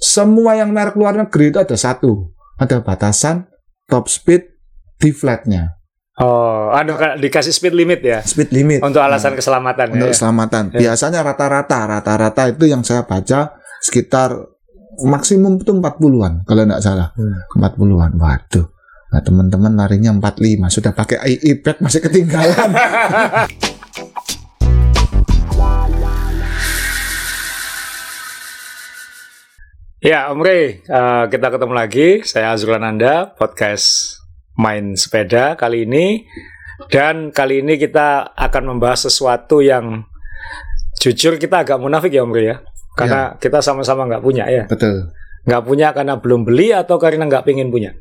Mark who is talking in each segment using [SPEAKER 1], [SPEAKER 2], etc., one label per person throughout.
[SPEAKER 1] semua yang merek luar negeri itu ada satu, ada batasan top speed di flatnya.
[SPEAKER 2] Oh, dikasih speed limit ya?
[SPEAKER 1] Speed limit.
[SPEAKER 2] Untuk alasan keselamatan.
[SPEAKER 1] Untuk keselamatan. Biasanya rata-rata itu yang saya baca sekitar maksimum itu 40-an kalau enggak salah. 40-an. Waduh. Nah, teman-teman larinya 45, sudah pakai e-bike masih ketinggalan.
[SPEAKER 2] Ya, Om Rey, kita ketemu lagi. Saya Azrul Ananda, podcast Main Sepeda kali ini. Dan kali ini kita akan membahas sesuatu yang jujur kita agak munafik ya Om Rey ya. Karena kita sama-sama nggak punya ya.
[SPEAKER 1] Betul.
[SPEAKER 2] Nggak punya karena belum beli atau karena nggak pengen punya?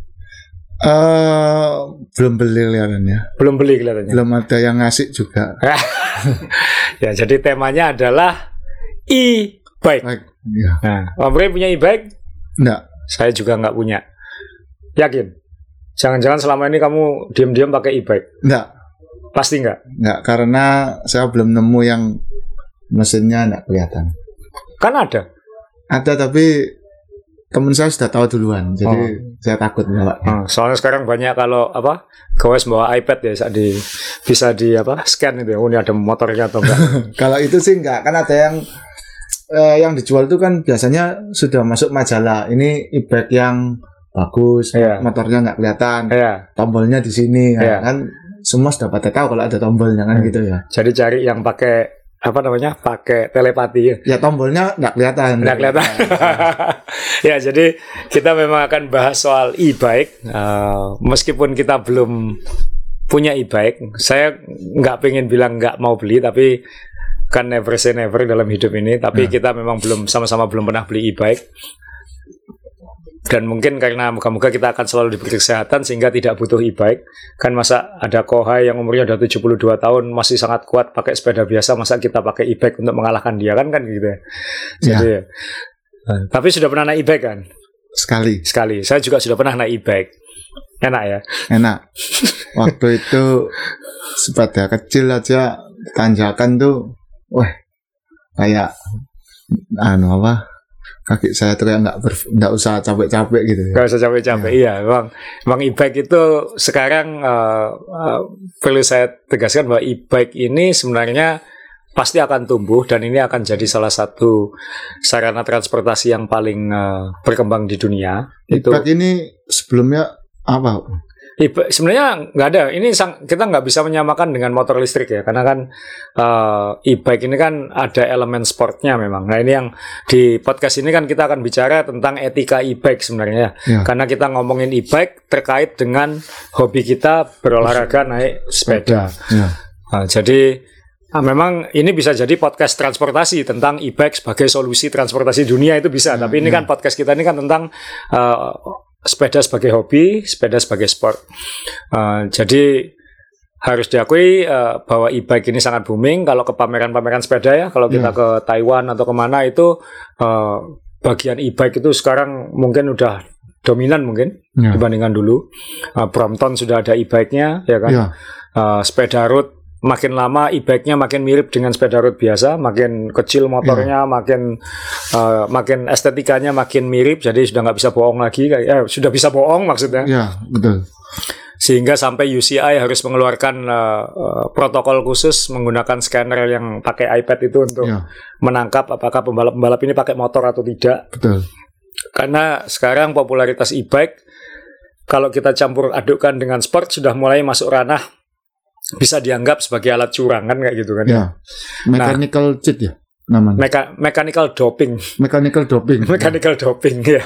[SPEAKER 1] Belum beli kelihatannya.
[SPEAKER 2] Belum beli kelihatannya.
[SPEAKER 1] Belum ada yang ngasih juga.
[SPEAKER 2] Ya, jadi temanya adalah e-bike.
[SPEAKER 1] Ya.
[SPEAKER 2] Nah, Om Rey punya e-bike?
[SPEAKER 1] Enggak.
[SPEAKER 2] Saya juga nggak punya. Yakin? Jangan-jangan selama ini kamu diam-diam pakai e-bike?
[SPEAKER 1] Enggak.
[SPEAKER 2] Pasti enggak?
[SPEAKER 1] Enggak, karena saya belum nemu yang mesinnya enggak kelihatan.
[SPEAKER 2] Kan ada.
[SPEAKER 1] Ada, tapi teman saya sudah tahu duluan, jadi saya takut bawa.
[SPEAKER 2] Soalnya sekarang banyak kalau gowes bawa iPad ya, bisa di scan itu ya. Oh, ini ada motornya atau enggak?
[SPEAKER 1] Kalau itu sih enggak, kan ada yang dijual itu kan biasanya sudah masuk majalah. Ini e-bike yang bagus, motornya nggak kelihatan, tombolnya di sini, kan semua sudah pada tahu kalau ada tombolnya kan gitu ya.
[SPEAKER 2] Jadi cari yang pakai pakai telepati ya.
[SPEAKER 1] Ya tombolnya nggak kelihatan.
[SPEAKER 2] Nggak kelihatan. Ya, jadi kita memang akan bahas soal e-bike. Meskipun kita belum punya e-bike, saya nggak pengen bilang nggak mau beli, tapi kan never say never dalam hidup ini. Tapi kita memang sama-sama belum pernah beli e-bike. Dan mungkin karena moga-moga kita akan selalu diberi kesehatan sehingga tidak butuh e-bike. Kan masa ada Kohai yang umurnya udah 72 tahun masih sangat kuat pakai sepeda biasa, masa kita pakai e-bike untuk mengalahkan dia kan gitu ya. Jadi tapi sudah pernah naik e-bike kan?
[SPEAKER 1] Sekali.
[SPEAKER 2] Saya juga sudah pernah naik e-bike. Enak ya? Enak.
[SPEAKER 1] Waktu itu sepeda kecil aja tanjakan tuh, kayak kaki saya teriak nggak usah capek-capek gitu.
[SPEAKER 2] Nggak usah capek-capek, iya. Bang e-bike itu sekarang perlu saya tegaskan bahwa e-bike ini sebenarnya pasti akan tumbuh dan ini akan jadi salah satu sarana transportasi yang paling berkembang di dunia.
[SPEAKER 1] E-bike ini sebelumnya apa?
[SPEAKER 2] Sebenarnya nggak ada. Ini kita nggak bisa menyamakan dengan motor listrik ya, karena kan e-bike ini kan ada elemen sportnya memang. Nah, ini yang di podcast ini kan kita akan bicara tentang etika e-bike sebenarnya ya. Karena kita ngomongin e-bike terkait dengan hobi kita berolahraga naik sepeda. Jadi memang ini bisa jadi podcast transportasi tentang e-bike sebagai solusi transportasi dunia itu bisa. Tapi ini kan podcast kita ini kan tentang sepeda sebagai hobi, sepeda sebagai sport. Jadi harus diakui bahwa e-bike ini sangat booming. Kalau ke pameran-pameran sepeda ya, kalau kita ke Taiwan atau kemana itu bagian e-bike itu sekarang mungkin udah dominan mungkin dibandingkan dulu. Brompton sudah ada e-bike-nya ya kan. Sepeda road makin lama e-bike-nya makin mirip dengan sepeda road biasa, makin kecil motornya, makin estetikanya makin mirip, jadi sudah nggak bisa bohong lagi, sudah bisa bohong maksudnya.
[SPEAKER 1] Ya, betul.
[SPEAKER 2] Sehingga sampai UCI harus mengeluarkan protokol khusus menggunakan scanner yang pakai iPad itu untuk menangkap apakah pembalap-pembalap ini pakai motor atau tidak.
[SPEAKER 1] Betul.
[SPEAKER 2] Karena sekarang popularitas e-bike kalau kita campur adukkan dengan sport sudah mulai masuk ranah bisa dianggap sebagai alat curang kan kayak gitu kan ya.
[SPEAKER 1] Mechanical cheat ya namanya.
[SPEAKER 2] Mechanical doping. Mechanical doping ya.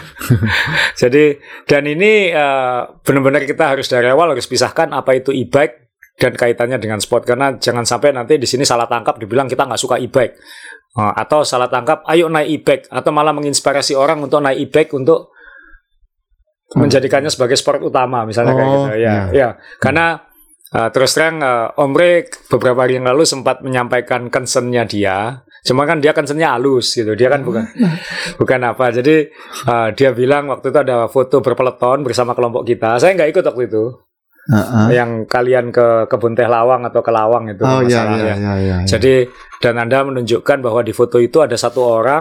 [SPEAKER 2] Jadi dan ini benar-benar kita harus dari awal harus pisahkan apa itu e-bike dan kaitannya dengan sport, karena jangan sampai nanti di sini salah tangkap dibilang kita nggak suka e-bike. Atau salah tangkap ayo naik e-bike, atau malah menginspirasi orang untuk naik e-bike untuk menjadikannya sebagai sport utama misalnya kayak gitu ya. Karena terus terang Om Rey beberapa hari yang lalu sempat menyampaikan concern-nya dia. Cuma kan dia concern-nya halus gitu. Dia kan bukan apa. Jadi dia bilang waktu itu ada foto berpeloton bersama kelompok kita. Saya nggak ikut waktu itu. Yang kalian ke Kebun Teh Lawang atau ke Lawang itu masalahnya. Jadi dan Anda menunjukkan bahwa di foto itu ada satu orang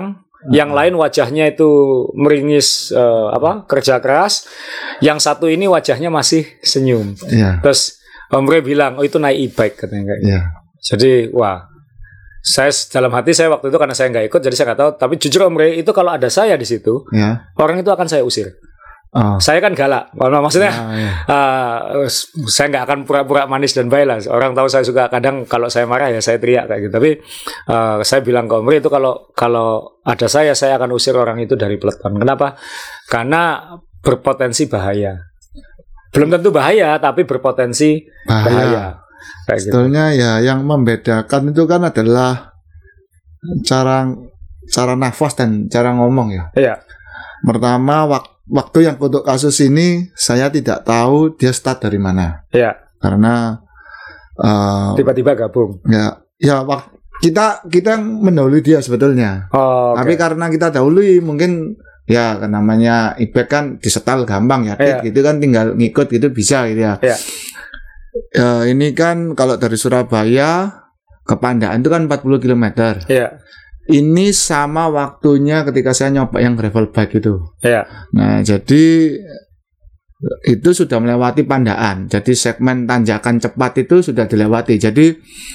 [SPEAKER 2] Yang lain wajahnya itu meringis kerja keras. Yang satu ini wajahnya masih senyum. Terus Om Rey bilang, oh itu naik e-bike katanya kayak. Jadi wah, saya dalam hati saya waktu itu karena saya nggak ikut, jadi saya nggak tahu. Tapi jujur Om Rey, itu kalau ada saya di situ, orang itu akan saya usir. Saya kan galak, maksudnya saya nggak akan pura-pura manis dan baik lah. Orang tahu saya suka kadang kalau saya marah ya saya teriak kayak gitu. Tapi saya bilang ke Om Rey itu kalau ada saya akan usir orang itu dari peleton. Kenapa? Karena berpotensi bahaya. Belum tentu bahaya, tapi berpotensi bahaya.
[SPEAKER 1] Sebetulnya gitu. Ya yang membedakan itu kan adalah cara nafas dan cara ngomong ya.
[SPEAKER 2] Iya.
[SPEAKER 1] Pertama waktu yang untuk kasus ini saya tidak tahu dia start dari mana.
[SPEAKER 2] Iya.
[SPEAKER 1] Karena
[SPEAKER 2] tiba-tiba gabung.
[SPEAKER 1] Ya kita mendahului dia sebetulnya.
[SPEAKER 2] Okay.
[SPEAKER 1] Tapi karena kita dahului mungkin ya namanya e-bike kan disetel gampang ya. Gitu kan tinggal ngikut gitu bisa gitu ya.
[SPEAKER 2] Iya.
[SPEAKER 1] Ini kan kalau dari Surabaya ke Pandaan itu kan 40 km.
[SPEAKER 2] Iya.
[SPEAKER 1] Ini sama waktunya ketika saya nyoba yang gravel bike itu.
[SPEAKER 2] Iya.
[SPEAKER 1] Nah, jadi itu sudah melewati Pandaan. Jadi segmen tanjakan cepat itu sudah dilewati. Jadi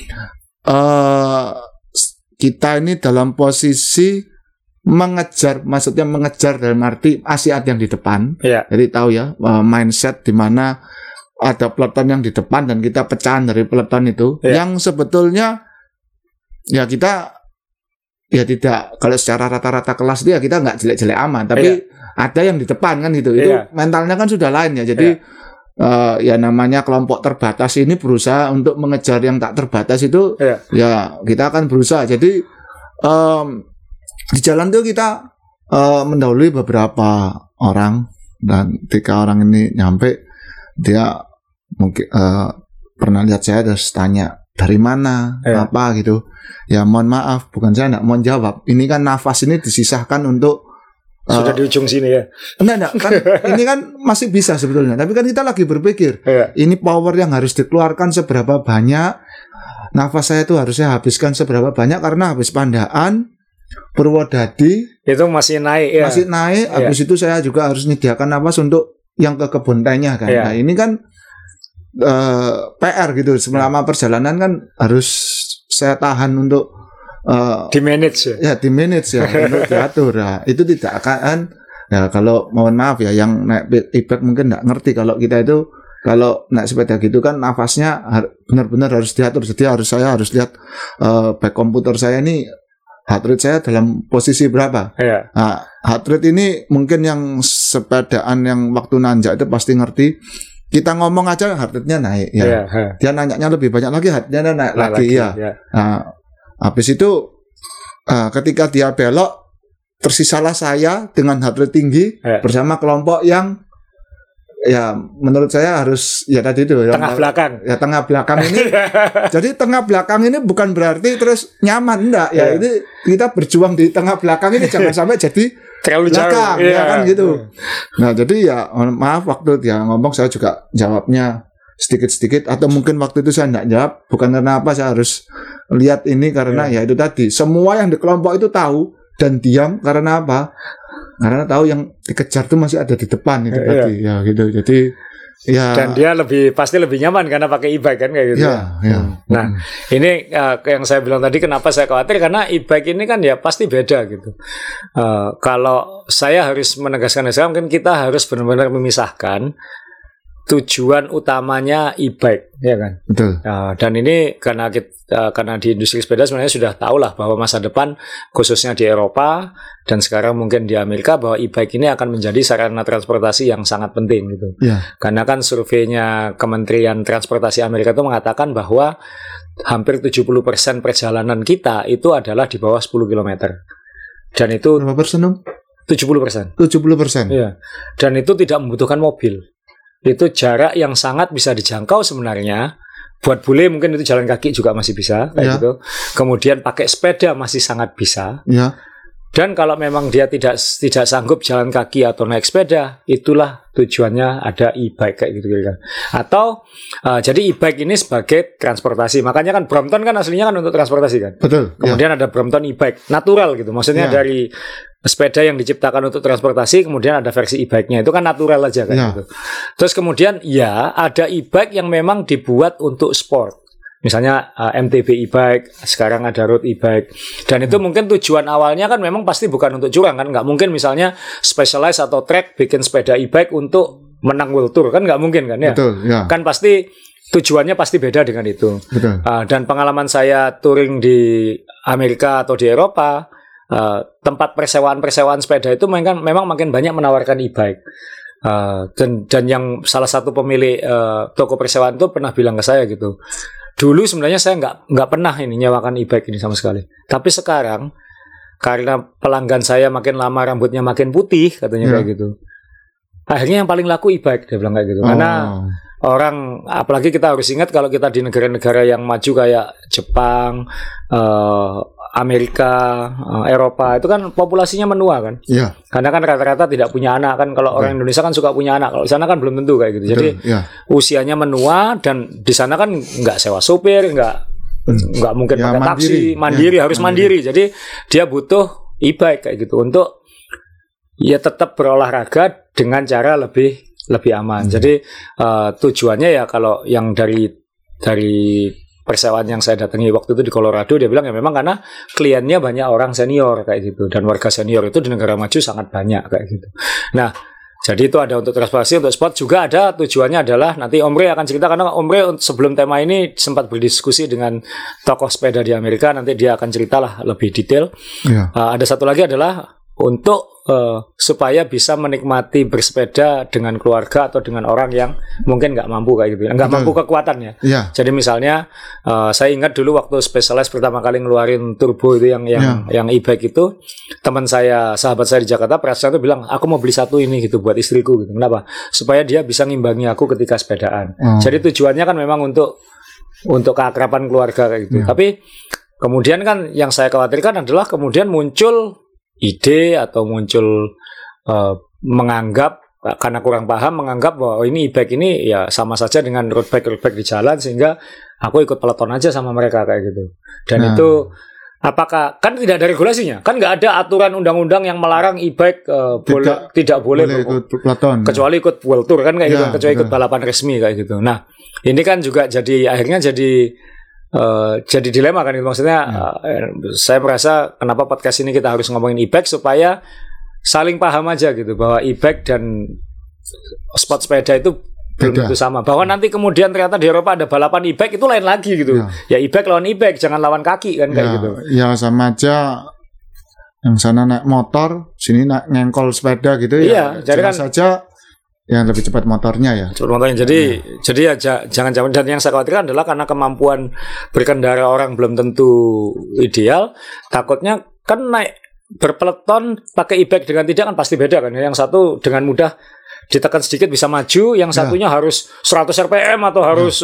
[SPEAKER 1] kita ini dalam posisi mengejar, maksudnya mengejar dalam arti masih ada yang di depan.
[SPEAKER 2] Iya.
[SPEAKER 1] Jadi tahu ya mindset di mana ada peleton yang di depan dan kita pecahan dari peleton itu. Yang sebetulnya ya kita ya tidak, kalau secara rata-rata kelas dia kita nggak jelek-jelek aman, tapi ada yang di depan kan gitu. Itu mentalnya kan sudah lain ya. Jadi ya namanya kelompok terbatas ini berusaha untuk mengejar yang tak terbatas itu. Ya kita akan berusaha. Jadi di jalan tuh kita mendahului beberapa orang, dan ketika orang ini nyampe dia mungkin pernah lihat saya terus tanya dari mana apa gitu. Ya mohon maaf, bukan saya nggak mau jawab. Ini kan nafas ini disisahkan untuk
[SPEAKER 2] sudah di ujung sini ya.
[SPEAKER 1] Enggak kan ini kan masih bisa sebetulnya. Tapi kan kita lagi berpikir ini power yang harus dikeluarkan seberapa banyak. Nafas saya itu harusnya habiskan seberapa banyak karena habis Pandaan, Purwodadi
[SPEAKER 2] itu masih naik ya.
[SPEAKER 1] Masih naik. Habis itu saya juga harus menyediakan nafas untuk yang ke kebun tehnya kan. Nah ini kan PR gitu. Selama perjalanan kan harus saya tahan untuk
[SPEAKER 2] di manage
[SPEAKER 1] ya untuk diatur. Nah, itu tidak akan ya, kalau mohon maaf ya yang naik e-bike mungkin nggak ngerti kalau kita itu kalau naik sepeda gitu kan nafasnya benar-benar harus diatur. Jadi saya harus lihat back komputer saya ini heart rate saya dalam posisi berapa. Nah, heart rate ini mungkin yang sepedaan yang waktu nanjak itu pasti ngerti. Kita ngomong aja heart rate-nya naik ya. Dia nanyanya lebih banyak lagi, heart rate-nya naik lagi ya. Nah, habis itu ketika dia belok tersisalah saya dengan heart rate tinggi bersama kelompok yang ya menurut saya harus ya tadi itu
[SPEAKER 2] tengah belakang.
[SPEAKER 1] Ya tengah belakang ini. Jadi tengah belakang ini bukan berarti terus nyaman, enggak ya. Ini kita berjuang di tengah belakang ini jangan sampai jadi
[SPEAKER 2] terlalu
[SPEAKER 1] belakang ya kan gitu. Nah, jadi ya maaf waktu dia ngomong saya juga jawabnya sedikit-sedikit, atau mungkin waktu itu saya enggak jawab bukan karena apa, saya harus lihat ini karena ya itu tadi semua yang di kelompok itu tahu dan diam karena apa? Karena tahu yang dikejar tuh masih ada di depan itu tadi ya gitu. Jadi ya,
[SPEAKER 2] dan dia pasti lebih nyaman karena pakai e-bike kan kayak gitu. Nah, ini yang saya bilang tadi kenapa saya khawatir karena e-bike ini kan ya pasti beda gitu. Kalau saya harus menegaskan mungkin kita harus benar-benar memisahkan tujuan utamanya e-bike, ya kan?
[SPEAKER 1] Betul.
[SPEAKER 2] Dan ini karena di industri sepeda sebenarnya sudah tahu lah bahwa masa depan khususnya di Eropa dan sekarang mungkin di Amerika bahwa e-bike ini akan menjadi sarana transportasi yang sangat penting gitu. Karena kan surveinya Kementerian Transportasi Amerika itu mengatakan bahwa hampir 70% perjalanan kita itu adalah di bawah 10 km. Dan itu
[SPEAKER 1] berapa persen, Om?
[SPEAKER 2] 70%.
[SPEAKER 1] 70%.
[SPEAKER 2] Iya. Dan itu tidak membutuhkan mobil. Itu jarak yang sangat bisa dijangkau sebenarnya. Buat bule mungkin itu jalan kaki juga masih bisa kayak gitu. Kemudian pakai sepeda masih sangat bisa. Dan kalau memang dia tidak sanggup jalan kaki atau naik sepeda, itulah tujuannya ada e-bike kayak gitu kan. Atau jadi e-bike ini sebagai transportasi. Makanya kan Brompton kan aslinya kan untuk transportasi kan.
[SPEAKER 1] Betul.
[SPEAKER 2] Kemudian ada Brompton e-bike natural gitu. Maksudnya dari sepeda yang diciptakan untuk transportasi, kemudian ada versi e-bike-nya. Itu kan natural aja kan gitu. Terus kemudian ada e-bike yang memang dibuat untuk sport. Misalnya MTB e-bike, sekarang ada road e-bike. Dan itu mungkin tujuan awalnya kan memang pasti bukan untuk curang kan. Nggak mungkin misalnya Specialized atau Trek bikin sepeda e-bike untuk menang World Tour. Kan nggak mungkin kan ya.
[SPEAKER 1] Betul, ya.
[SPEAKER 2] Kan pasti tujuannya pasti beda dengan itu.
[SPEAKER 1] Betul.
[SPEAKER 2] Dan pengalaman saya touring di Amerika atau di Eropa, tempat persewaan sepeda itu memang makin banyak menawarkan e-bike. Dan yang salah satu pemilik toko persewaan itu pernah bilang ke saya gitu. Dulu sebenarnya saya nggak pernah nyewakan e-bike ini sama sekali. Tapi sekarang karena pelanggan saya makin lama rambutnya makin putih katanya kayak gitu. Akhirnya yang paling laku e-bike dia bilang kayak gitu. Karena orang, apalagi kita harus ingat kalau kita di negara-negara yang maju kayak Jepang, Amerika, Eropa itu kan populasinya menua kan.
[SPEAKER 1] Iya.
[SPEAKER 2] Karena kan rata-rata tidak punya anak kan. Kalau orang Indonesia kan suka punya anak. Kalau di sana kan belum tentu kayak gitu. Jadi usianya menua dan di sana kan nggak sewa sopir, nggak mungkin pakai taksi, mandiri harus mandiri. Jadi dia butuh e-bike kayak gitu untuk ya tetap berolahraga dengan cara lebih aman. Jadi tujuannya ya kalau yang dari persewaan yang saya datangi waktu itu di Colorado, dia bilang ya memang karena kliennya banyak orang senior kayak gitu, dan warga senior itu di negara maju sangat banyak kayak gitu. Nah, jadi itu ada untuk transportasi, untuk sport juga ada. Tujuannya adalah nanti Om Rey akan cerita, karena Om Rey sebelum tema ini sempat berdiskusi dengan tokoh sepeda di Amerika, nanti dia akan ceritalah lebih detail. Ada satu lagi adalah untuk supaya bisa menikmati bersepeda dengan keluarga atau dengan orang yang mungkin nggak mampu kayak gitu, nggak mampu kekuatannya. Jadi misalnya saya ingat dulu waktu Specialized pertama kali ngeluarin turbo itu yang e-bike itu, sahabat saya di Jakarta, Prasna itu bilang aku mau beli satu ini gitu buat istriku gitu. Kenapa? Supaya dia bisa ngimbangi aku ketika sepedaan. Jadi tujuannya kan memang untuk keakraban keluarga kayak gitu. Tapi kemudian kan yang saya khawatirkan adalah kemudian muncul ide atau muncul menganggap, karena kurang paham, menganggap bahwa ini e-bike ini ya sama saja dengan road bike di jalan, sehingga aku ikut peloton aja sama mereka kayak gitu. Dan itu apakah kan tidak ada regulasinya, kan nggak ada aturan undang-undang yang melarang e-bike tidak boleh
[SPEAKER 1] ikut peloton,
[SPEAKER 2] kecuali ikut World Tour kan kayak gitu, kecuali ikut balapan resmi kayak gitu. Nah ini kan juga akhirnya jadi dilema kan, maksudnya saya merasa kenapa podcast ini kita harus ngomongin e-bike supaya saling paham aja gitu, bahwa e-bike dan sport sepeda itu belum tentu sama, bahwa nanti kemudian ternyata di Eropa ada balapan e-bike itu lain lagi gitu. Ya e-bike lawan e-bike, jangan lawan kaki kan kayak gitu. Ya
[SPEAKER 1] sama aja, yang sana naik motor, sini naik ngengkol sepeda gitu ya.
[SPEAKER 2] Jadi kan
[SPEAKER 1] saja yang lebih cepat motornya ya.
[SPEAKER 2] Cepat motornya. Jadi ya jangan, dan yang saya khawatirkan adalah karena kemampuan berkendara orang belum tentu ideal, takutnya kan naik berpeloton pakai e-bike dengan tidak kan pasti beda kan. Yang satu dengan mudah ditekan sedikit bisa maju, yang satunya harus 100 rpm atau harus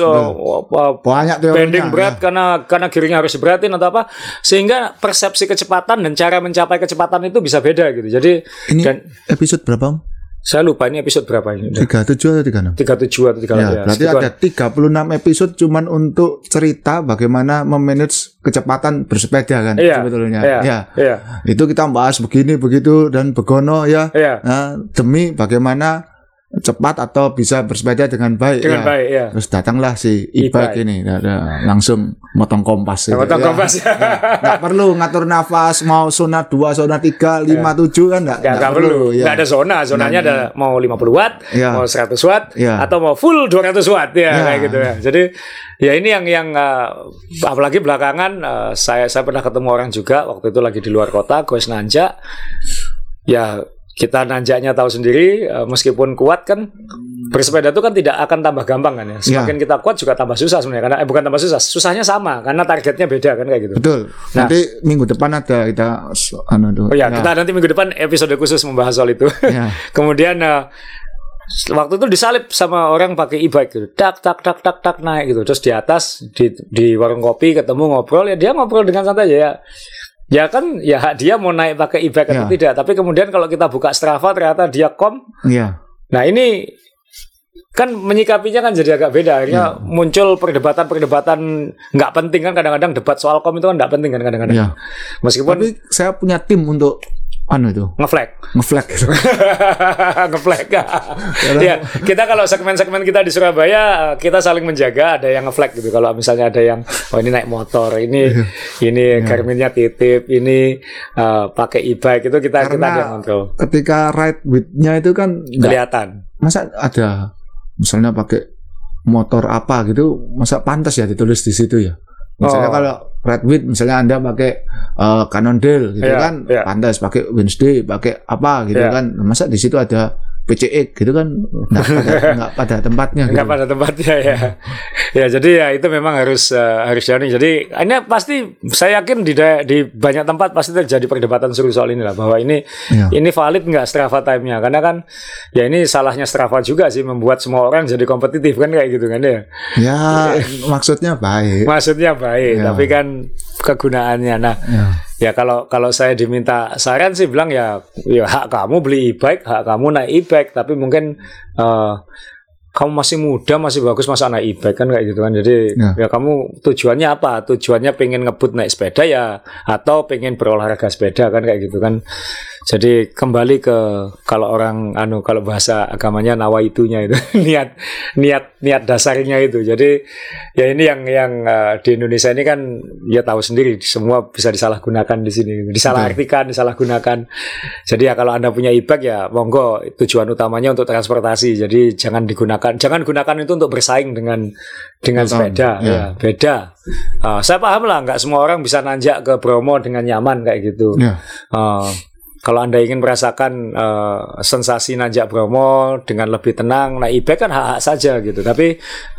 [SPEAKER 1] banyak
[SPEAKER 2] bending berat karena gearnya harus diberatin atau apa, sehingga persepsi kecepatan dan cara mencapai kecepatan itu bisa beda gitu. Jadi
[SPEAKER 1] ini episode berapa Om?
[SPEAKER 2] Saya lupa ini episode berapa ini.
[SPEAKER 1] 37 atau 36?
[SPEAKER 2] 37 atau 38 ya.
[SPEAKER 1] Berarti ada 36 episode cuman untuk cerita bagaimana memanage kecepatan bersepeda kan sebetulnya. Iya. Itu kita bahas begini begitu dan begono ya. Nah, demi bagaimana cepat atau bisa bersepeda dengan baik. Terus datanglah si e-bike ini, langsung motong kompas.
[SPEAKER 2] Kompas.
[SPEAKER 1] Nggak perlu ngatur nafas, mau zona 2, zona 3, 5, 7 kan nggak perlu.
[SPEAKER 2] Nggak ada zonanya ada mau 50 watt, mau 100 watt, atau mau full 200 watt kayak gitu ya. Jadi ya ini yang apalagi belakangan saya pernah ketemu orang juga waktu itu lagi di luar kota, goes nanjak. Ya kita nanjaknya tahu sendiri, meskipun kuat kan bersepeda itu kan tidak akan tambah gampang kan ya. Semakin kita kuat juga tambah susah sebenarnya, karena bukan tambah susah, susahnya sama karena targetnya beda kan kayak gitu.
[SPEAKER 1] Betul. Nanti minggu depan ada kita
[SPEAKER 2] kita nanti minggu depan episode khusus membahas soal itu. Kemudian waktu itu disalip sama orang pakai e-bike gitu, tak naik gitu, terus di atas di warung kopi ketemu ngobrol, ya dia ngobrol dengan santai aja ya. Ya kan, ya hak dia mau naik pakai e-bike atau tidak. Tapi kemudian kalau kita buka Strava ternyata dia
[SPEAKER 1] Iya.
[SPEAKER 2] Nah ini kan menyikapinya kan jadi agak beda. Akhirnya muncul perdebatan nggak penting kan, kadang-kadang debat soal itu kan nggak penting kan kadang-kadang.
[SPEAKER 1] Iya.
[SPEAKER 2] Meskipun
[SPEAKER 1] tapi saya punya tim untuk itu
[SPEAKER 2] ngeflag
[SPEAKER 1] gitu.
[SPEAKER 2] Ngeflag. Ya, kita kalau segmen-segmen kita di Surabaya kita saling menjaga, ada yang ngeflag gitu. Kalau misalnya ada yang ini naik motor, ini Garminnya titip, ini pakai e-bike, itu kita ada yang kontrol.
[SPEAKER 1] Ketika ride with-nya itu kan
[SPEAKER 2] kelihatan.
[SPEAKER 1] Masa ada misalnya pakai motor apa gitu, masa pantas ya ditulis di situ ya? Misalnya kalau Red Wheat, misalnya Anda pakai Cannondale gitu kan, pantas pakai Wednesday, pakai apa gitu kan. Masa di situ ada PCX gitu kan, nggak pada tempatnya.
[SPEAKER 2] Nggak pada tempatnya ya. Ya jadi ya itu memang harus jauh. Jadi ini pasti saya yakin di banyak tempat pasti terjadi perdebatan seru soal ini lah, bahwa ini valid nggak Strava time-nya, karena kan ya ini salahnya Strava juga sih, membuat semua orang jadi kompetitif kan kayak gitu kan ya.
[SPEAKER 1] Ya maksudnya baik.
[SPEAKER 2] Tapi kan kegunaannya. Nah, ya kalau saya diminta saran sih bilang ya hak kamu beli e-bike, hak kamu naik e-bike, tapi mungkin kamu masih muda, masih bagus, masa naik e-bike kan kayak gitu kan. Jadi ya kamu tujuannya apa? Tujuannya pengen ngebut naik sepeda ya, atau pengen berolahraga sepeda kan kayak gitu kan. Jadi kembali ke kalau orang kalau bahasa agamanya nawaitunya itu niat dasarnya itu. Jadi ya ini yang di Indonesia ini kan ya tahu sendiri, semua bisa disalahgunakan di sini, disalahgunakan. Jadi ya kalau Anda punya e-bike ya monggo, tujuan utamanya untuk transportasi. Jadi jangan gunakan itu untuk bersaing dengan sepeda. Ya beda. Saya paham lah, nggak semua orang bisa nanjak ke Bromo dengan nyaman kayak gitu. Kalau Anda ingin merasakan sensasi nanjak Bromo dengan lebih tenang, naik e-bike kan hak-hak saja gitu. Tapi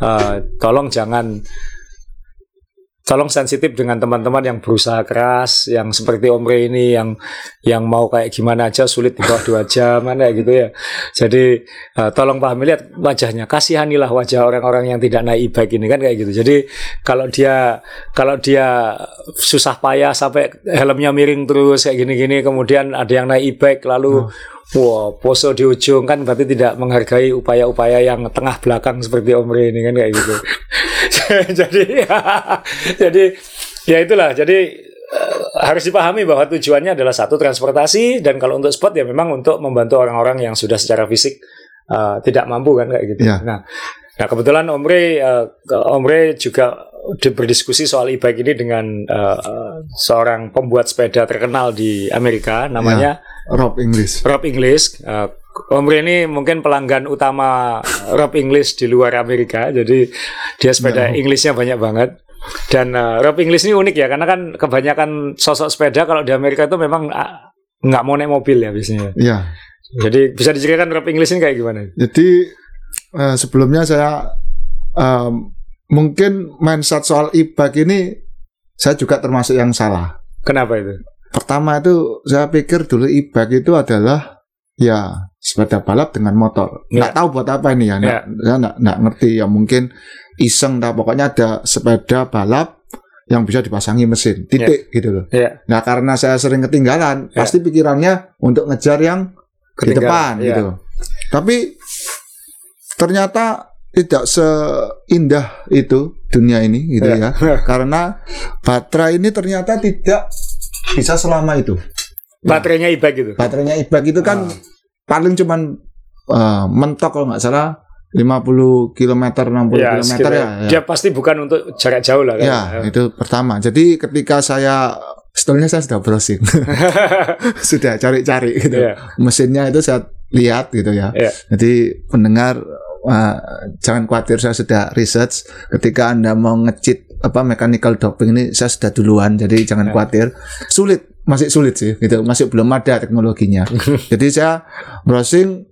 [SPEAKER 2] tolong sensitif dengan teman-teman yang berusaha keras, yang seperti Om Rey ini yang mau kayak gimana aja sulit di bawah 2 jam mana gitu ya. Jadi tolong pahami, lihat wajahnya, kasihanilah wajah orang-orang yang tidak naik e-bike ini kan kayak gitu. Jadi kalau dia susah payah sampai helmnya miring terus kayak gini-gini, kemudian ada yang naik e-bike lalu poso di ujung, kan berarti tidak menghargai upaya-upaya yang tengah belakang seperti Om Rey ini kan kayak gitu. jadi ya itulah. Jadi harus dipahami bahwa tujuannya adalah satu, transportasi, dan kalau untuk sport ya memang untuk membantu orang-orang yang sudah secara fisik tidak mampu kan kayak gitu. Nah kebetulan Om Rey juga berdiskusi soal e-bike ini dengan seorang pembuat sepeda terkenal di Amerika, namanya
[SPEAKER 1] Rob Inglis.
[SPEAKER 2] Om Rey ini mungkin pelanggan utama Rob Inglis di luar Amerika. Jadi dia sepeda Inggrisnya banyak banget. Dan Rob Inglis ini unik ya, karena kan kebanyakan sosok sepeda kalau di Amerika itu memang nggak mau naik mobil ya biasanya.
[SPEAKER 1] Iya.
[SPEAKER 2] Jadi bisa diceritakan Rob Inglis ini kayak gimana?
[SPEAKER 1] Jadi sebelumnya saya mungkin mindset soal e-bike ini saya juga termasuk yang salah.
[SPEAKER 2] Kenapa itu?
[SPEAKER 1] Pertama itu saya pikir dulu e-bike itu adalah ya sepeda balap dengan motor. Nggak tahu buat apa ini ya. Saya nggak ngerti ya, mungkin iseng dah, pokoknya ada sepeda balap yang bisa dipasangi mesin. Titik gitu loh. Nah karena saya sering ketinggalan, pasti pikirannya untuk ngejar yang di depan gitu. Tapi ternyata tidak seindah itu dunia ini gitu ya. Karena baterai ini ternyata tidak bisa selama itu.
[SPEAKER 2] Baterainya e-bike gitu.
[SPEAKER 1] Baterainya e-bike itu kan paling cuman mentok kalau nggak salah 50 km 60 km ya.
[SPEAKER 2] Dia pasti bukan untuk jarak jauh lah kan.
[SPEAKER 1] Ya, itu pertama. Jadi ketika sebetulnya saya sudah browsing. Sudah cari-cari gitu. Mesinnya itu saya lihat gitu ya. Jadi pendengar jangan khawatir, saya sudah research. Ketika Anda mau nge-cheat mechanical doping ini saya sudah duluan, jadi jangan khawatir. Masih sulit sih gitu, masih belum ada teknologinya. Jadi saya browsing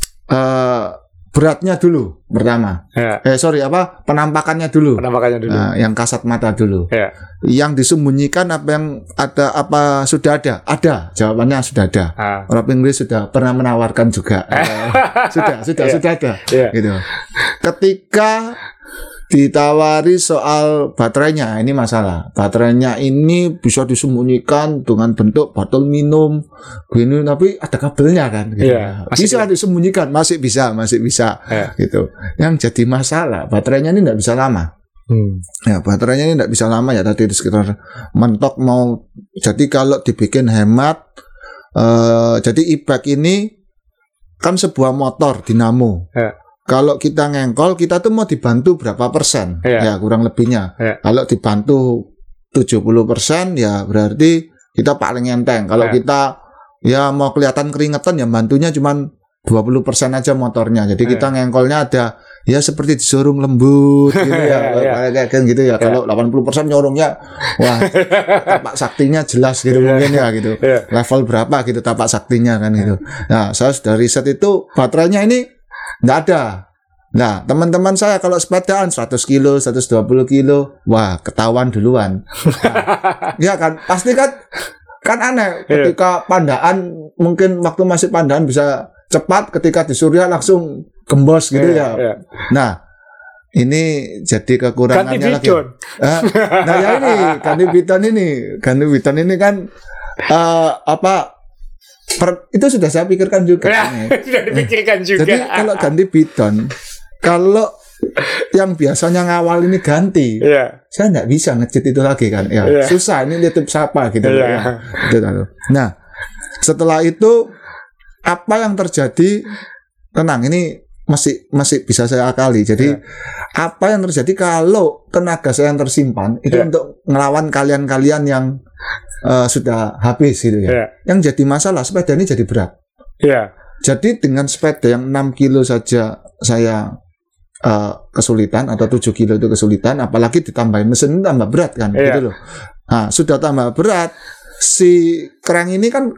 [SPEAKER 1] beratnya dulu pertama. Penampakannya dulu. Yang kasat mata dulu. Yang disembunyikan apa sudah ada? Ada, jawabannya sudah ada. Rob Inglis sudah pernah menawarkan juga. Sudah ada. Gitu. Ketika ditawari soal baterainya, ini masalah. Baterainya ini bisa disembunyikan dengan bentuk botol minum, gini, tapi ada kabelnya kan. Gitu.
[SPEAKER 2] Yeah,
[SPEAKER 1] bisa disembunyikan, masih bisa, gitu. Yang jadi masalah, baterainya ini tidak bisa lama. Ya, baterainya ini tidak bisa lama ya, tadi sekitar mentok mau. Jadi kalau dibikin hemat, jadi e-bike ini kan sebuah motor dinamo. Yeah. Kalau kita ngengkol, kita tuh mau dibantu berapa persen? Ya kurang lebihnya. Kalau dibantu 70% ya berarti kita paling enteng. Kalau kita ya mau kelihatan keringetan ya bantunya cuman 20% aja motornya. Jadi kita ngengkolnya ada ya seperti di showroom lembut gitu ya. Kayak gitu ya. Kalau 80% nyorongnya wah tapak saktinya jelas gitu mungkin ya gitu. Level berapa gitu tapak saktinya kan gitu. Nah, saya sudah riset itu baterainya ini nggak ada. Nah, teman-teman saya kalau sepedaan 100 kilo, 120 kilo, wah ketahuan duluan. Nah, ya kan, pasti kan aneh. Ketika pandaan, mungkin waktu masih pandaan bisa cepat, ketika di Surya langsung gembos gitu ya. Nah, ini jadi kekurangannya lagi. Nah ya ini, ganti piton ini kan itu sudah saya pikirkan juga.
[SPEAKER 2] Sudah dipikirkan juga.
[SPEAKER 1] Jadi kalau ganti piton, kalau yang biasanya ngawal ini ganti, saya nggak bisa ngecit itu lagi kan. Susah, ini nitip siapa gitu. Nah, setelah itu apa yang terjadi? Tenang, ini masih bisa saya akali. Jadi apa yang terjadi kalau tenaga saya yang tersimpan itu untuk ngelawan kalian-kalian yang sudah habis gitu ya. Yang jadi masalah sepeda ini jadi berat. Jadi dengan sepeda yang 6 kilo saja saya kesulitan atau 7 kilo itu kesulitan, apalagi ditambahin mesin tambah berat kan gitu loh. Nah, sudah tambah berat, si kerang ini kan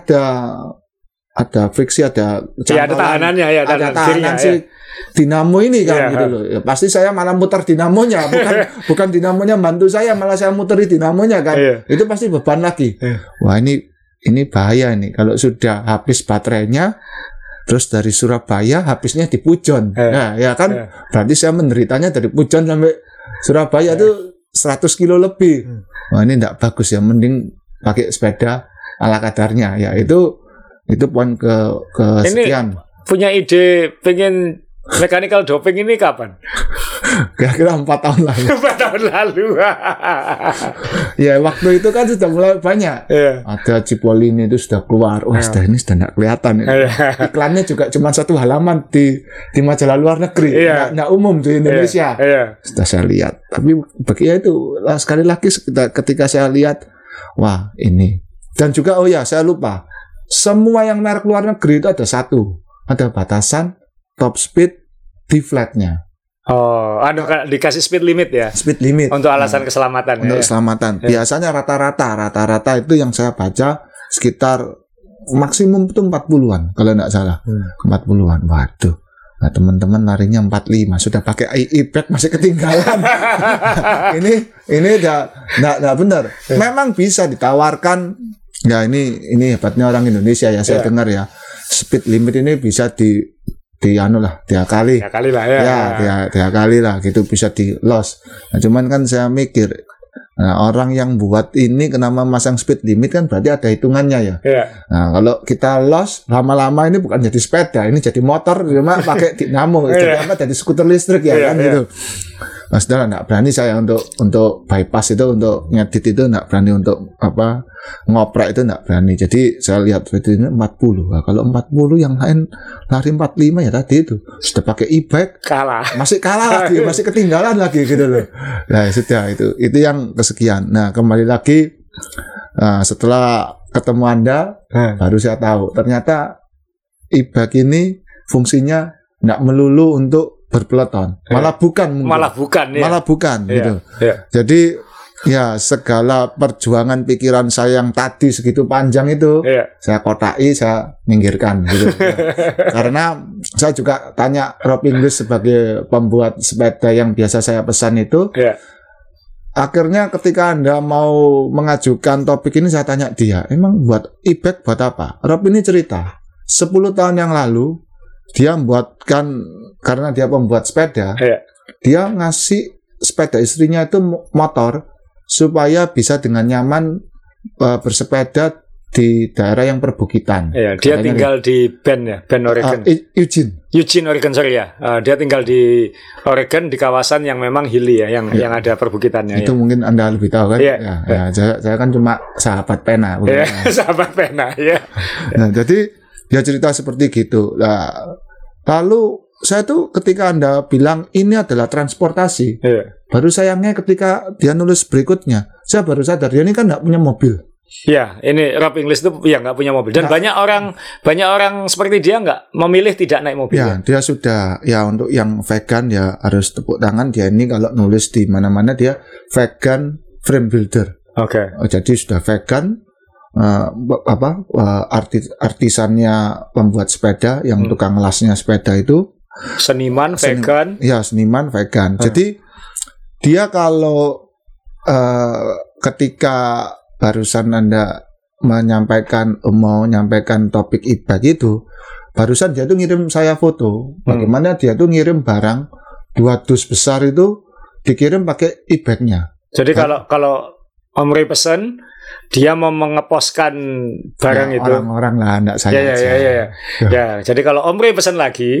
[SPEAKER 1] ada friksi, ada
[SPEAKER 2] tahanannya
[SPEAKER 1] ada tahanan si dinamo ini kan gitu loh. Ya, pasti saya malah muter dinamonya, bukan dinamonya bantu saya, malah saya muteri dinamonya kan. Itu pasti beban lagi. Wah, ini bahaya ini kalau sudah habis baterainya. Terus dari Surabaya habisnya di Pujon. Nah, ya kan berarti saya menderitanya dari Pujon sampai Surabaya itu 100 kilo lebih. Wah, ini enggak bagus ya, mending pakai sepeda ala kadarnya. Ya itu poin ke sekian.
[SPEAKER 2] Ini punya ide pengen mechanical doping ini kapan?
[SPEAKER 1] Kira-kira 4 tahun lalu.
[SPEAKER 2] 4 tahun lalu.
[SPEAKER 1] Ya, waktu itu kan sudah mulai banyak. Ada Cipollini itu sudah keluar. Wah, ini sudah tidak kelihatan. Iklannya juga cuma 1 halaman di majalah luar negeri. Nggak umum di Indonesia. Sudah saya lihat. Tapi bagian itu sekali lagi ketika saya lihat, wah ini. Dan juga saya lupa. Semua yang merek luar negeri itu ada batasan top speed di flatnya.
[SPEAKER 2] Dikasih speed limit ya?
[SPEAKER 1] Speed limit.
[SPEAKER 2] Untuk alasan keselamatan.
[SPEAKER 1] Untuk keselamatan. Biasanya rata-rata itu yang saya baca sekitar maksimum itu 40-an kalau tidak salah. 40-an. Waduh. Nah, teman-teman larinya 45, sudah pakai e-bike masih ketinggalan. ini enggak benar. Memang bisa ditawarkan. Ya ini hebatnya orang Indonesia ya, saya dengar ya. Speed limit ini bisa diakali lah ya. Diakali lah gitu, bisa di loss. Nah, cuman kan saya mikir, orang yang buat ini kenapa masang speed limit kan berarti ada hitungannya ya. Nah, kalau kita loss lama-lama ini bukan jadi sepeda, ini jadi motor cuma pakai dinamo, jadi skuter listrik ya kan gitu. Mas Dara nggak berani saya untuk bypass itu, untuk ngedit itu nggak berani, untuk ngoprek itu nggak berani. Jadi saya lihat itu 40. Nah, kalau 40 yang lain lari 45 ya tadi itu sudah pakai e-bike masih kalah lagi, masih ketinggalan lagi gitu loh. Nah sudah itu yang kesekian. Nah kembali lagi setelah ketemu Anda baru saya tahu ternyata e-bike ini fungsinya nggak melulu untuk berpeloton, malah bukan gitu. Jadi ya segala perjuangan pikiran saya yang tadi segitu panjang itu saya kotai, saya minggirkan gitu. Karena saya juga tanya Rob English sebagai pembuat sepeda yang biasa saya pesan itu. Akhirnya ketika Anda mau mengajukan topik ini, saya tanya dia, emang buat e-bike buat apa? Rob ini cerita 10 tahun yang lalu dia membuatkan, karena dia pembuat sepeda, dia ngasih sepeda istrinya itu motor supaya bisa dengan nyaman bersepeda di daerah yang perbukitan.
[SPEAKER 2] Iya, dia tinggal di Bend Oregon. Eugene, Oregon, sorry ya. Dia tinggal di Oregon di kawasan yang memang hilly ya, yang ada perbukitannya.
[SPEAKER 1] Itu mungkin Anda lebih tahu kan? Ya, saya kan cuma sahabat pena.
[SPEAKER 2] Ya, sahabat pena, ya.
[SPEAKER 1] Nah, jadi dia cerita seperti gitu. Nah, lalu saya tuh ketika Anda bilang ini adalah transportasi, baru sayangnya ketika dia nulis berikutnya, saya baru sadar dia ini kan nggak punya mobil.
[SPEAKER 2] Ya, ini Rob Inglis itu ya nggak punya mobil dan banyak orang seperti dia nggak memilih tidak naik mobil.
[SPEAKER 1] Ya, dia sudah ya untuk yang vegan ya harus tepuk tangan dia ini kalau nulis di mana-mana dia vegan frame builder.
[SPEAKER 2] Oke.
[SPEAKER 1] Jadi sudah vegan artisannya pembuat sepeda yang tukang lasnya sepeda itu
[SPEAKER 2] seniman vegan.
[SPEAKER 1] Ya, seniman vegan. Jadi dia kalau ketika barusan Anda menyampaikan topik e-bike itu, barusan dia tuh ngirim saya foto bagaimana dia tuh ngirim barang 2 dus besar itu dikirim pakai e-bike-nya.
[SPEAKER 2] Jadi kalau Om Roy pesen, dia mau mengeposkan barang itu.
[SPEAKER 1] Orang-orang lah, enggak saya.
[SPEAKER 2] Ya, jadi kalau Om Roy pesen lagi,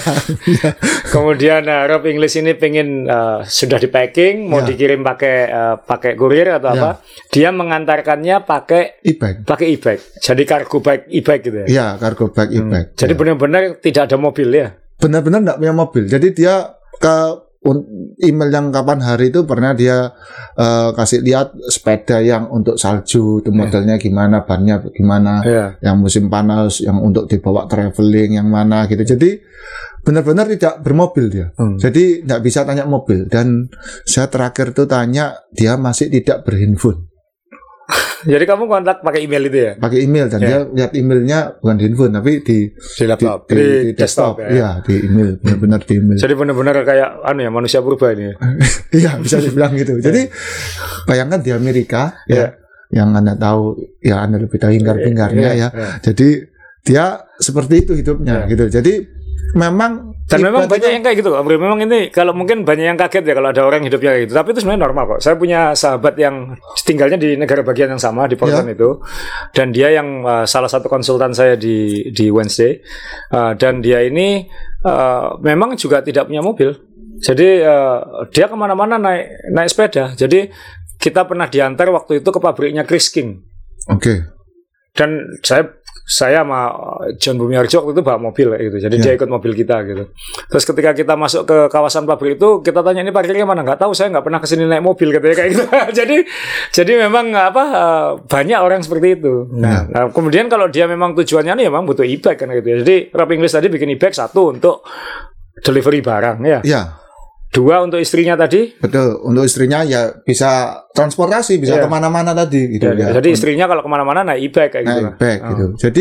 [SPEAKER 2] kemudian Rob Inglis ini pengen sudah di packing, mau dikirim pakai kurir atau apa, dia mengantarkannya pakai e-bike. Jadi cargo bike e-bike gitu ya.
[SPEAKER 1] Iya, cargo bike e-bike.
[SPEAKER 2] Jadi benar-benar tidak ada mobil ya.
[SPEAKER 1] Benar-benar enggak punya mobil. Jadi dia ke email yang kapan hari itu pernah dia kasih lihat sepeda yang untuk salju itu modelnya gimana, bannya gimana, yang musim panas, yang untuk dibawa traveling yang mana gitu. Jadi benar-benar tidak bermobil dia. Jadi tidak bisa tanya mobil. Dan saya terakhir tuh tanya dia masih tidak berhandphone.
[SPEAKER 2] Jadi kamu kontak pakai email itu ya?
[SPEAKER 1] Pakai email dan dia lihat emailnya bukan di handphone tapi di
[SPEAKER 2] laptop,
[SPEAKER 1] di desktop. Iya, di email, benar-benar di email.
[SPEAKER 2] Jadi benar-benar kayak manusia purba ini.
[SPEAKER 1] Iya, bisa dibilang gitu. Jadi bayangkan di Amerika yang Anda tahu, ya Anda lebih tahu hingar-bingarnya ya. Jadi dia seperti itu hidupnya gitu. Jadi memang
[SPEAKER 2] dan memang banyak yang kayak gitu kok. Memang ini kalau mungkin banyak yang kaget ya kalau ada orang hidupnya kayak gitu. Tapi itu sebenarnya normal kok. Saya punya sahabat yang tinggalnya di negara bagian yang sama di Portland itu, dan dia yang salah satu konsultan saya di Wednesday, dan dia ini memang juga tidak punya mobil. Jadi dia kemana-mana naik sepeda. Jadi kita pernah diantar waktu itu ke pabriknya Chris King.
[SPEAKER 1] Oke.
[SPEAKER 2] Dan saya sama John Bumiarjo waktu itu bawa mobil gitu. Jadi dia ikut mobil kita gitu. Terus ketika kita masuk ke kawasan pabrik itu, kita tanya ini parkirnya mana? Nggak tahu, saya nggak pernah kesini naik mobil katanya kayak gitu. jadi memang banyak orang seperti itu. Nah, kemudian kalau dia memang tujuannya memang butuh e-bike kan gitu. Jadi Rob Inglis tadi bikin e-bike, 1 untuk delivery barang ya. Iya. 2 untuk istrinya tadi.
[SPEAKER 1] Betul, untuk istrinya ya bisa transportasi, bisa kemana-mana tadi gitu ya.
[SPEAKER 2] Jadi istrinya kalau kemana-mana naik e-bike kayak gitu.
[SPEAKER 1] E-bike gitu. Jadi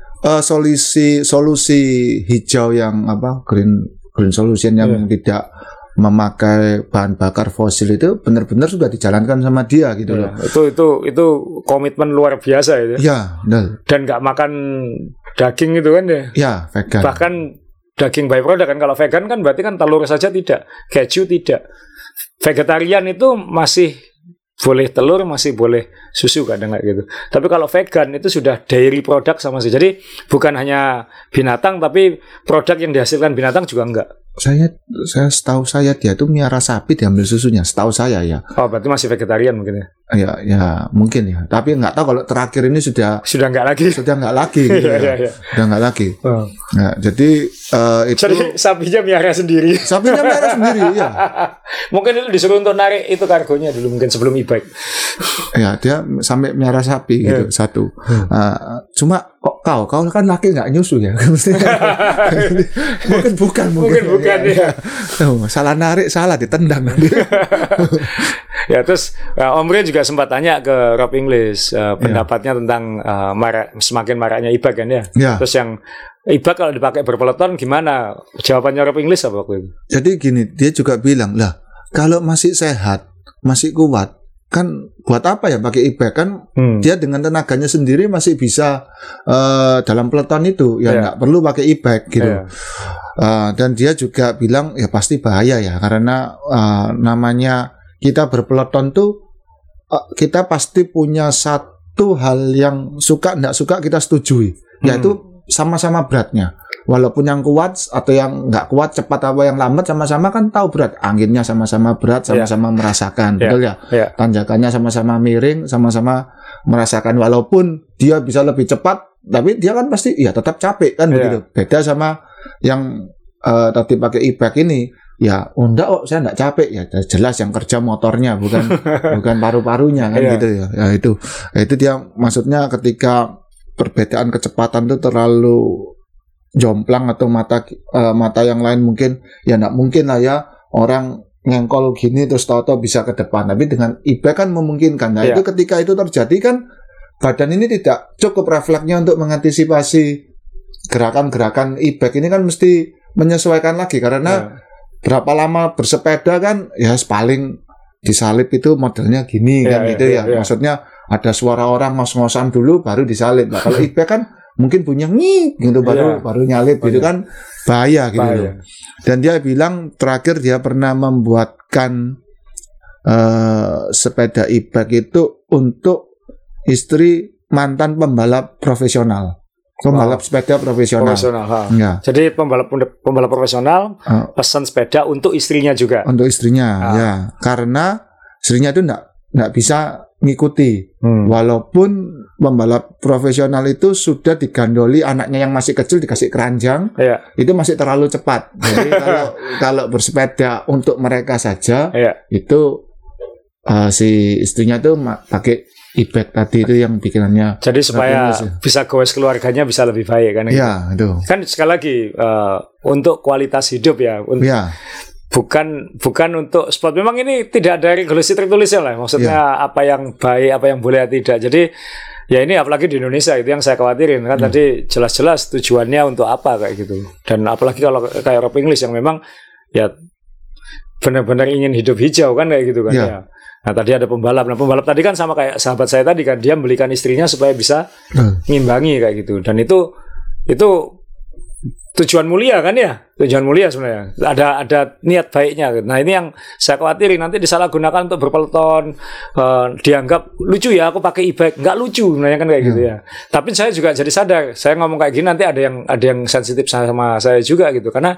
[SPEAKER 1] solusi hijau yang green solution yang tidak memakai bahan bakar fosil itu benar-benar sudah dijalankan sama dia gitu loh.
[SPEAKER 2] Itu komitmen luar biasa itu.
[SPEAKER 1] Iya, benar.
[SPEAKER 2] Dan nggak makan daging itu kan ya.
[SPEAKER 1] Iya, vegan.
[SPEAKER 2] Bahkan daging byproduct kan. Kalau vegan kan berarti kan telur saja tidak, keju tidak. Vegetarian itu masih boleh telur, masih boleh susu kadang kayak gitu. Tapi kalau vegan itu sudah dairy product sama sih. Jadi bukan hanya binatang tapi produk yang dihasilkan binatang juga enggak.
[SPEAKER 1] Saya setahu saya dia tuh miara sapi diambil susunya, setahu saya ya.
[SPEAKER 2] Oh, berarti masih vegetarian mungkin ya.
[SPEAKER 1] Ya mungkin ya. Tapi nggak tahu kalau terakhir ini sudah
[SPEAKER 2] nggak lagi.
[SPEAKER 1] Sudah nggak lagi. Gitu ya. Sudah nggak lagi. Nah, jadi itu.
[SPEAKER 2] Jadi sapinya miara sendiri.
[SPEAKER 1] Sapinya miara sendiri, ya. Mungkin
[SPEAKER 2] itu disuruh untuk narik itu kargonya dulu mungkin sebelum e-bike.
[SPEAKER 1] Ya, dia sampai miara sapi gitu satu. Cuma kok kau kan laki nggak nyusu ya? Mungkin bukan.
[SPEAKER 2] Ya.
[SPEAKER 1] Salah narik, salah ditendang nanti.
[SPEAKER 2] Ya, terus Om Roy juga sempat tanya ke Rob Inglis pendapatnya tentang semakin maraknya e-bike kan ya. Terus yang e-bike kalau dipakai berpeloton gimana? Jawabannya Rob Inglis apa waktu itu?
[SPEAKER 1] Jadi gini, dia juga bilang lah, kalau masih sehat, masih kuat, kan buat apa ya pakai e-bike kan? Dia dengan tenaganya sendiri masih bisa dalam peleton itu ya nggak perlu pakai e-bike gitu. Dan dia juga bilang ya pasti bahaya ya karena namanya kita berpeleton tuh kita pasti punya satu hal yang suka nggak suka kita setujui, yaitu sama-sama beratnya. Walaupun yang kuat atau yang nggak kuat, cepat atau yang lambat, sama-sama kan tahu berat. Anginnya sama-sama berat, sama-sama merasakan, betul ya? Tanjakannya sama-sama miring, sama-sama merasakan. Walaupun dia bisa lebih cepat, tapi dia kan pasti ya tetap capek kan begitu. Beda sama yang tadi pakai e-bike ini, ya enggak saya enggak capek ya, jelas yang kerja motornya bukan paru-parunya kan gitu ya. Ya itu dia maksudnya ketika perbedaan kecepatan itu terlalu jomplang atau mata yang lain mungkin ya enggak mungkin lah ya orang ngengkol gini terus tahu-tahu bisa ke depan, tapi dengan e-bike kan memungkinkan. Nah itu ketika itu terjadi kan badan ini tidak cukup refleksnya untuk mengantisipasi gerakan-gerakan e-bike ini kan mesti menyesuaikan lagi karena berapa lama bersepeda kan ya paling disalip itu modelnya gini kan gitu ya. Maksudnya ada suara orang ngos-ngosan dulu baru disalip. Nah, kalau e-bike kan mungkin punya gitu baru nyalip gitu kan bahaya gitu loh. Dan dia bilang terakhir dia pernah membuatkan sepeda e-bike itu untuk istri mantan pembalap profesional. Pembalap sepeda profesional.
[SPEAKER 2] Ya. Jadi pembalap profesional pesan sepeda untuk istrinya juga.
[SPEAKER 1] Untuk istrinya, ya. Karena istrinya itu enggak bisa ngikuti. Walaupun pembalap profesional itu sudah digandoli anaknya yang masih kecil dikasih keranjang, itu masih terlalu cepat. Jadi kalau bersepeda untuk mereka saja, itu si istrinya tuh pakai e-bike tadi itu yang pikirannya.
[SPEAKER 2] Jadi supaya bisa goes keluarganya bisa lebih baik kan?
[SPEAKER 1] Iya, itu.
[SPEAKER 2] Kan sekali lagi untuk kualitas hidup ya. Bukan untuk sport. Memang ini tidak ada regulasi tertulisnya lah. Maksudnya apa yang baik, apa yang boleh tidak. Jadi ya ini apalagi di Indonesia itu yang saya khawatirin kan tadi jelas-jelas tujuannya untuk apa kayak gitu. Dan apalagi kalau kayak Rob English yang memang ya benar-benar ingin hidup hijau kan kayak gitu kan ya. Nah tadi ada pembalap. Nah pembalap tadi kan sama kayak sahabat saya tadi kan, dia belikan istrinya supaya bisa ngimbangi kayak gitu. Dan itu tujuan mulia kan ya, tujuan mulia sebenarnya. Ada niat baiknya. Nah ini yang saya khawatirin nanti disalahgunakan untuk berpeleton, dianggap lucu ya aku pakai e-bike, nggak lucu sebenarnya kan kayak gitu ya. Tapi saya juga jadi sadar, saya ngomong kayak gini nanti ada yang sensitif sama saya juga gitu karena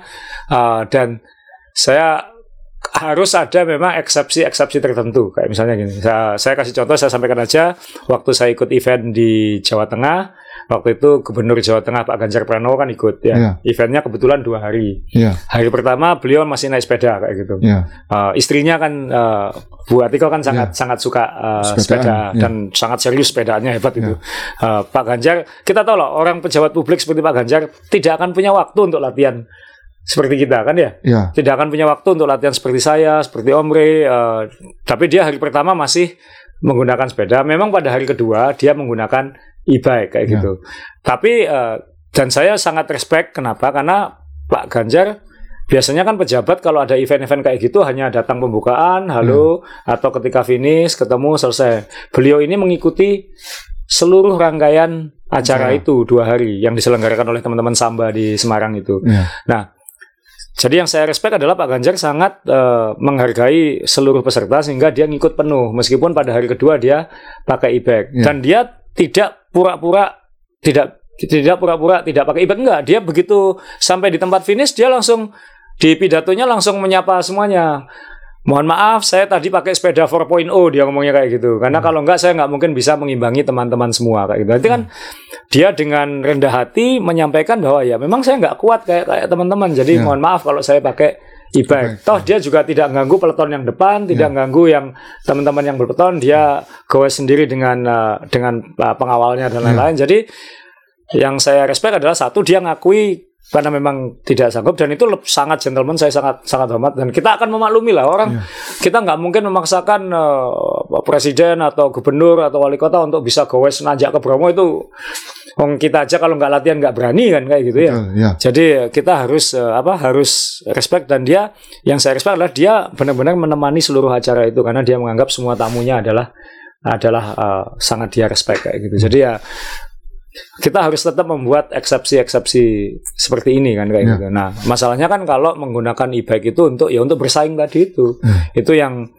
[SPEAKER 2] dan saya harus ada memang eksepsi tertentu kayak misalnya gini. Saya kasih contoh, saya sampaikan aja waktu saya ikut event di Jawa Tengah. Waktu itu Gubernur Jawa Tengah Pak Ganjar Pranowo kan ikut ya. Eventnya kebetulan 2 hari. Hari pertama beliau masih naik sepeda kayak gitu. Istrinya kan Bu Atiko kan sangat suka sepeda dan sangat serius sepedaannya, hebat itu. Pak Ganjar, kita tahu loh orang pejabat publik seperti Pak Ganjar tidak akan punya waktu untuk latihan seperti kita kan ya. Tidak akan punya waktu untuk latihan seperti saya, seperti Om Rey. Tapi dia hari pertama masih menggunakan sepeda. Memang pada hari kedua dia menggunakan e-bike kayak gitu. Tapi dan saya sangat respect. Kenapa? Karena Pak Ganjar biasanya kan pejabat kalau ada event-event kayak gitu hanya datang pembukaan, halo, atau ketika finish ketemu selesai. Beliau ini mengikuti seluruh rangkaian acara itu 2 hari yang diselenggarakan oleh teman-teman Samba di Semarang itu. Nah, jadi yang saya respect adalah Pak Ganjar sangat menghargai seluruh peserta sehingga dia ngikut penuh meskipun pada hari kedua dia pakai e-bike dan dia tidak pura-pura tidak pakai e-bike, enggak. Dia begitu sampai di tempat finish dia langsung di pidatonya langsung menyapa semuanya. Mohon maaf, saya tadi pakai sepeda 4.0, dia ngomongnya kayak gitu. Karena kalau enggak saya nggak mungkin bisa mengimbangi teman-teman semua kayak gitu. Nanti kan dia dengan rendah hati menyampaikan bahwa ya memang saya nggak kuat kayak teman-teman. Jadi mohon maaf kalau saya pakai e-bike. Toh dia juga tidak ganggu peleton yang depan, tidak ganggu yang teman-teman yang berpeleton. Dia goes sendiri dengan pengawalnya dan lain-lain. Jadi yang saya respect adalah satu, dia ngakui karena memang tidak sanggup, dan itu sangat gentleman, saya sangat hormat, dan kita akan memaklumi lah orang. Kita nggak mungkin memaksakan presiden atau gubernur atau wali kota untuk bisa gowes nanjak ke Bromo. Itu kita aja kalau nggak latihan nggak berani kan, kayak gitu ya. Jadi kita harus harus respect, dan dia, yang saya respect adalah dia benar-benar menemani seluruh acara itu, karena dia menganggap semua tamunya adalah sangat dia respect kayak gitu. Jadi ya kita harus tetap membuat eksepsi-eksepsi seperti ini kan, kayak gitu. Nah, masalahnya kan kalau menggunakan e-bike itu untuk bersaing tadi itu yang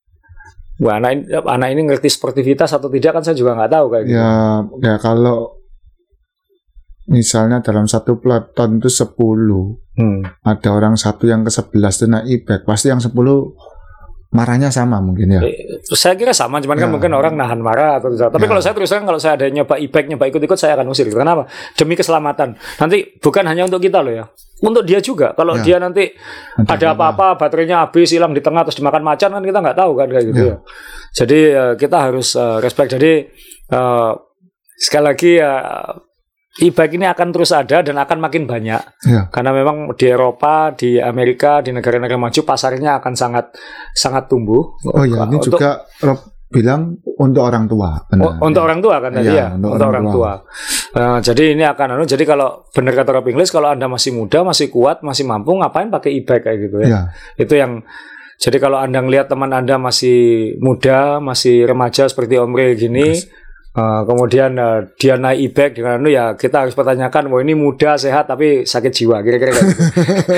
[SPEAKER 2] anak ini ngerti sportivitas atau tidak kan saya juga nggak tahu kayak gitu.
[SPEAKER 1] Ya kalau misalnya dalam satu peloton itu 10, ada orang satu yang ke-11 itu naik e-bike, pasti yang 10 marahnya sama mungkin ya.
[SPEAKER 2] Saya kira sama, cuman kan mungkin orang nahan marah atau tidak. Tapi kalau saya terus terang, kalau saya ada nyoba e-bike, nyoba ikut-ikut, saya akan usir. Kenapa? Demi keselamatan. Nanti bukan hanya untuk kita loh ya, untuk dia juga. Kalau dia nanti ada apa-apa, baterainya habis, hilang di tengah, terus dimakan macan, kan kita nggak tahu kan kayak gitu ya. Jadi kita harus respect. Jadi sekali lagi e-bike ini akan terus ada dan akan makin banyak, karena memang di Eropa, di Amerika, di negara-negara maju pasarnya akan sangat tumbuh.
[SPEAKER 1] Ini juga Rob bilang untuk orang tua.
[SPEAKER 2] Untuk orang tua kan tadi ya, untuk orang tua. Jadi ini akan jadi kalau benar kata Rob Inglis, kalau Anda masih muda, masih kuat, masih mampu, ngapain pakai e-bike kayak gitu ya. Itu yang. Jadi kalau Anda ngelihat teman Anda masih muda, masih remaja seperti Om Rey gini, kemudian dia naik e-bike dengan ya kita harus pertanyakan, ini muda, sehat, tapi sakit jiwa, kira-kira kayak gitu.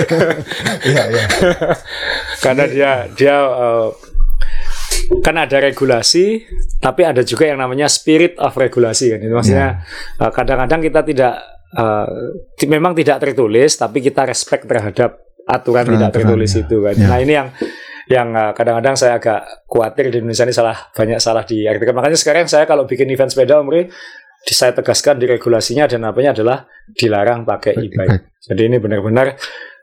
[SPEAKER 2] Karena dia kan ada regulasi, tapi ada juga yang namanya spirit of regulasi kan. Itu maksudnya kadang-kadang kita memang tidak tertulis, tapi kita respect terhadap aturan tidak tertulis itu kan. Nah ini yang kadang-kadang saya agak khawatir di Indonesia ini banyak salah diartikan. Makanya sekarang saya kalau bikin event sepeda, saya tegaskan di regulasinya dan apanya adalah dilarang pakai e-bike. Jadi ini benar-benar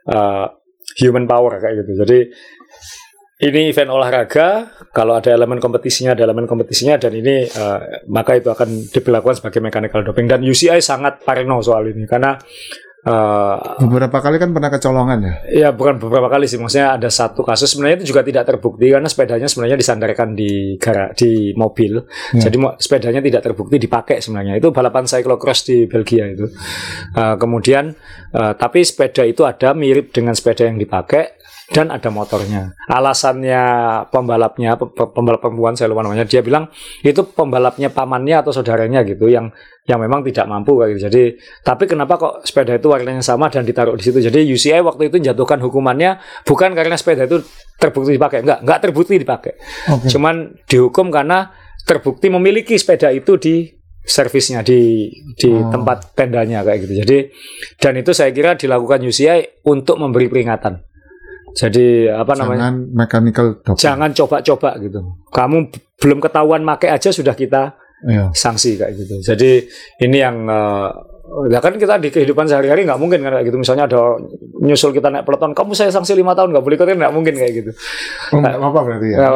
[SPEAKER 2] human power kayak gitu. Jadi ini event olahraga, kalau ada elemen kompetisinya, dan ini maka itu akan diberlakukan sebagai mechanical doping. Dan UCI sangat parno soal ini, karena
[SPEAKER 1] beberapa kali kan pernah kecolongan ya?
[SPEAKER 2] Ya bukan beberapa kali sih, maksudnya ada satu kasus sebenarnya itu juga tidak terbukti karena sepedanya sebenarnya disandarkan di mobil, jadi sepedanya tidak terbukti dipakai sebenarnya. Itu balapan cyclocross di Belgia itu. Kemudian tapi sepeda itu ada mirip dengan sepeda yang dipakai dan ada motornya. Alasannya pembalap perempuan, saya lupa namanya, dia bilang itu pembalapnya pamannya atau saudaranya gitu yang memang tidak mampu kayak gitu. Jadi tapi kenapa kok sepeda itu warnanya sama dan ditaruh di situ. Jadi UCI waktu itu menjatuhkan hukumannya bukan karena sepeda itu terbukti dipakai, enggak terbukti dipakai. Cuman dihukum karena terbukti memiliki sepeda itu di servisnya di tempat tendanya kayak gitu. Jadi dan itu saya kira dilakukan UCI untuk memberi peringatan. Jadi
[SPEAKER 1] jangan mechanical doping.
[SPEAKER 2] Jangan coba-coba gitu. Kamu belum ketahuan pakai aja sudah kita sanksi kayak gitu. Jadi ini yang ya kan kita di kehidupan sehari-hari nggak mungkin kan kayak gitu. Misalnya ada nyusul kita naik peloton, kamu saya sanksi 5 tahun nggak boleh ikut, kan nggak mungkin kayak gitu.
[SPEAKER 1] Nggak apa-apa berarti ya.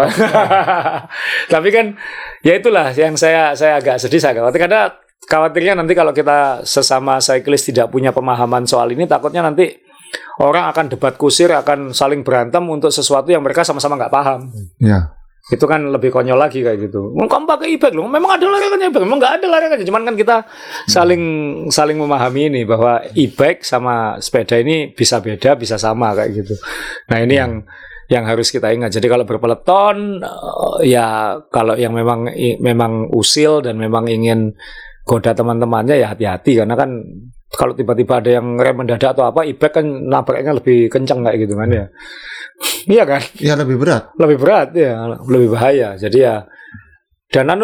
[SPEAKER 2] Tapi kan ya itulah yang saya agak sedih, saya khawatir karena khawatirnya nanti kalau kita sesama cyclist tidak punya pemahaman soal ini, takutnya nanti orang akan debat kusir, akan saling berantem untuk sesuatu yang mereka sama-sama nggak paham. Itu kan lebih konyol lagi kayak gitu. Kamu pakai e-bike loh, memang ada larangannya e-bike, memang nggak ada larangannya. Cuman kan kita saling memahami ini bahwa e-bike sama sepeda ini bisa beda, bisa sama kayak gitu. Nah ini yang harus kita ingat. Jadi kalau berpeloton, ya kalau yang memang usil dan memang ingin goda teman-temannya ya hati-hati, karena kan kalau tiba-tiba ada yang rem mendadak atau apa, e-bike kan nabraknya lebih kencang kayak gitu kan ya. Iya kan?
[SPEAKER 1] Iya lebih berat.
[SPEAKER 2] Lebih berat ya, lebih bahaya. Jadi ya dan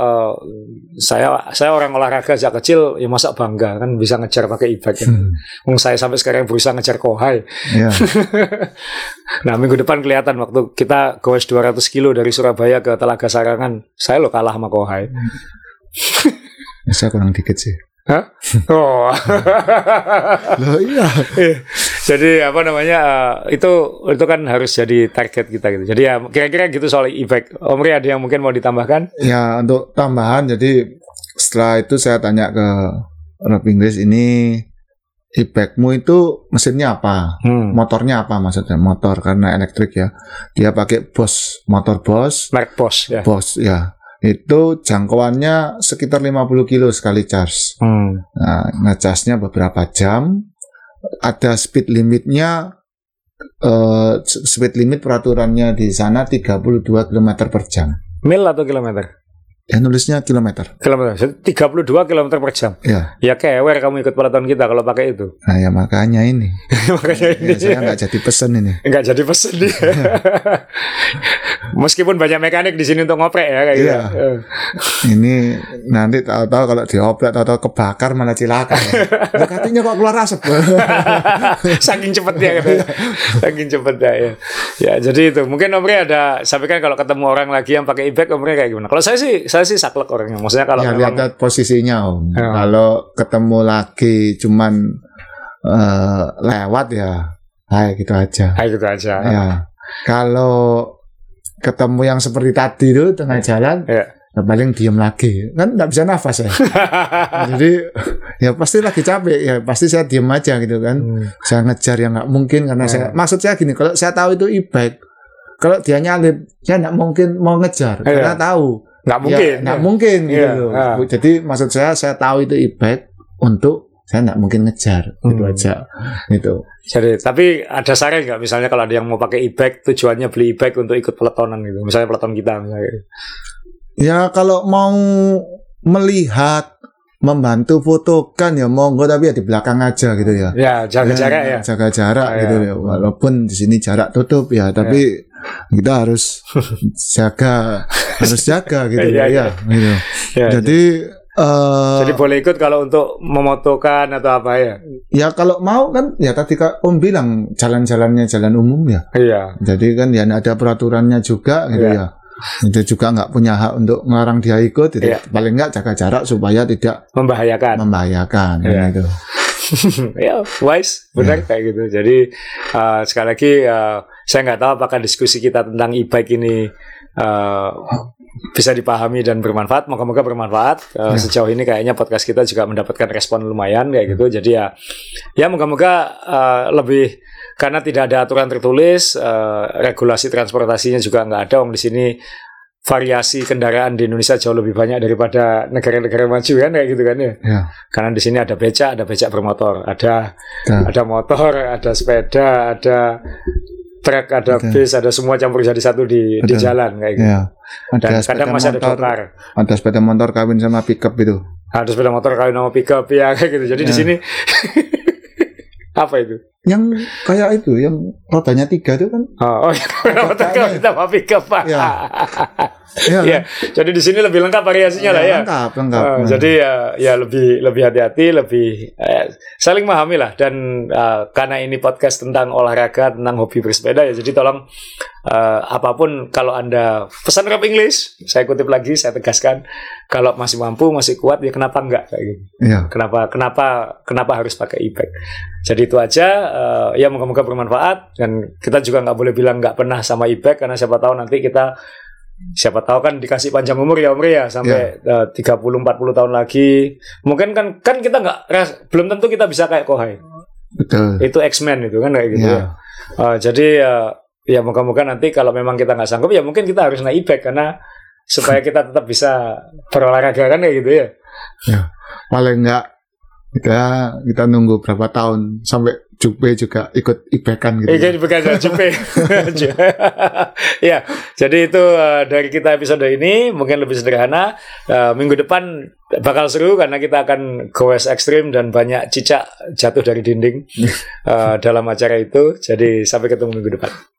[SPEAKER 2] saya orang olahraga sejak kecil ya, masa bangga kan bisa ngejar pakai e-bike. Saya sampai sekarang berusaha ngejar Kohai. Nah minggu depan kelihatan waktu kita goes 200 kilo dari Surabaya ke Telaga Sarangan, saya lo kalah sama Kohai.
[SPEAKER 1] Saya kurang dikit sih.
[SPEAKER 2] Hah? Oh.
[SPEAKER 1] Loh iya.
[SPEAKER 2] Jadi itu kan harus jadi target kita gitu. Jadi ya kira-kira gitu soal e-bike. Om Rey ada yang mungkin mau ditambahkan?
[SPEAKER 1] Ya untuk tambahan, jadi setelah itu saya tanya ke Rob Inglis, ini e-bike-mu itu mesinnya apa? Motornya apa maksudnya? Motor karena elektrik ya. Dia pakai motor Bosch.
[SPEAKER 2] Merek Bosch ya.
[SPEAKER 1] Bosch ya. Itu jangkauannya sekitar 50 kilo sekali charge. Nah, ngecasnya beberapa jam. Ada speed limitnya. Speed limit peraturannya di sana 32 km per jam.
[SPEAKER 2] Mil atau kilometer?
[SPEAKER 1] Ya nulisnya kilometer.
[SPEAKER 2] 32 km per jam.
[SPEAKER 1] Ya.
[SPEAKER 2] Ya kewer kamu ikut peloton kita kalau pakai itu.
[SPEAKER 1] Nah ya makanya ini.
[SPEAKER 2] Makanya ini.
[SPEAKER 1] Ya, saya nggak jadi pesen ini.
[SPEAKER 2] Nggak jadi pesen dia. Meskipun banyak mekanik di sini untuk ngoprek ya kayak gitu.
[SPEAKER 1] Ini nanti tahu-tahu kalau dioprek tahu-tahu kebakar malah cilaka. Ya. Katanya kok keluar asap.
[SPEAKER 2] Saking cepetnya gitu. Saking cepetnya ya. Ya jadi itu. Mungkin Omri ada sampaikan kalau ketemu orang lagi yang pakai e-bike Omri kayak gimana? Kalau saya sih saklek orangnya. Maksudnya kalau
[SPEAKER 1] ya, lihat posisinya Om. Ya. Kalau ketemu lagi cuman lewat ya, hai gitu aja.
[SPEAKER 2] Hai gitu aja.
[SPEAKER 1] Ya. Kalau ketemu yang seperti tadi itu tengah jalan, ya paling diem lagi. Kan nggak bisa nafas ya. Jadi ya pasti lagi capek ya, pasti saya diem aja gitu kan. Saya ngejar yang nggak mungkin karena maksud saya gini, kalau saya tahu itu e-bike, kalau dia nyalip, saya nggak mungkin mau ngejar karena tahu.
[SPEAKER 2] Nggak mungkin,
[SPEAKER 1] ya, nggak mungkin gitu loh. Jadi maksud saya tahu itu e-bike untuk saya nggak mungkin ngejar, gitu aja, gitu.
[SPEAKER 2] Jadi, tapi ada saran nggak misalnya kalau ada yang mau pakai e-bike, tujuannya beli e-bike untuk ikut peletonan gitu, misalnya peleton kita misalnya.
[SPEAKER 1] Ya kalau mau melihat, membantu fotokan ya monggo, tapi ya di belakang aja gitu ya.
[SPEAKER 2] Ya jaga jarak ya.
[SPEAKER 1] Jaga jarak gitu ya. Walaupun di sini jarak tutup ya, tapi kita harus jaga gitu ya. Gitu. Ya, jadi
[SPEAKER 2] boleh ikut kalau untuk memotokan atau apa ya?
[SPEAKER 1] Ya kalau mau kan ya tadi Kak Om bilang jalan-jalannya jalan umum ya.
[SPEAKER 2] Iya.
[SPEAKER 1] Jadi kan ya ada peraturannya juga gitu ya. Itu juga nggak punya hak untuk melarang dia ikut. Gitu. Paling nggak jaga jarak supaya tidak membahayakan gitu.
[SPEAKER 2] Ya wise benar kayak gitu. Jadi sekali lagi saya nggak tahu apakah diskusi kita tentang e-bike ini bisa dipahami dan bermanfaat. Moga-moga bermanfaat. Sejauh ini kayaknya podcast kita juga mendapatkan respon lumayan kayak gitu. Jadi ya moga-moga lebih, karena tidak ada aturan tertulis, regulasi transportasinya juga nggak ada. Di sini variasi kendaraan di Indonesia jauh lebih banyak daripada negara-negara maju kan kayak gitu kan ya. Karena di sini ada becak bermotor, ada motor, ada sepeda, ada truk, ada bis, ada semua campur jadi satu di jalan kayak gitu. Dan kadang masih ada dokar.
[SPEAKER 1] Ada sepeda motor kawin sama pickup itu.
[SPEAKER 2] Ada sepeda motor kawin sama pickup ya kayak gitu. Jadi di sini apa itu?
[SPEAKER 1] Yang kayak itu, yang rodanya 3 itu kan?
[SPEAKER 2] Oh, motor kawin sama pickup Pak. Ya, jadi di sini lebih lengkap variasinya lah ya.
[SPEAKER 1] Lengkap.
[SPEAKER 2] Jadi ya lebih hati-hati, lebih saling memahami lah. Dan karena ini podcast tentang olahraga, tentang hobi bersepeda ya. Jadi tolong apapun, kalau Anda pesan rap English, saya kutip lagi, saya tegaskan, kalau masih mampu, masih kuat ya kenapa enggak kayak gitu. Kenapa harus pakai e-bike. Jadi itu aja. Ya moga-moga bermanfaat, dan kita juga nggak boleh bilang nggak pernah sama e-bike, karena siapa tahu nanti kita kan dikasih panjang umur ya Omri ya, sampai 30-40 tahun lagi mungkin kan kita belum tentu kita bisa kayak Kohai.
[SPEAKER 1] Betul.
[SPEAKER 2] Itu X-Men itu kan kayak gitu ya. Jadi ya moga-moga nanti kalau memang kita nggak sanggup ya mungkin kita harus naik e-bike, karena supaya kita tetap bisa berolahraga kan kayak gitu ya.
[SPEAKER 1] Paling nggak kita nunggu berapa tahun sampai Jupe juga ikut e-bikean gitu.
[SPEAKER 2] Ikut Jupe. Ya, jadi itu dari kita episode ini mungkin lebih sederhana. Minggu depan bakal seru karena kita akan goes ekstrim dan banyak cicak jatuh dari dinding dalam acara itu. Jadi sampai ketemu minggu depan.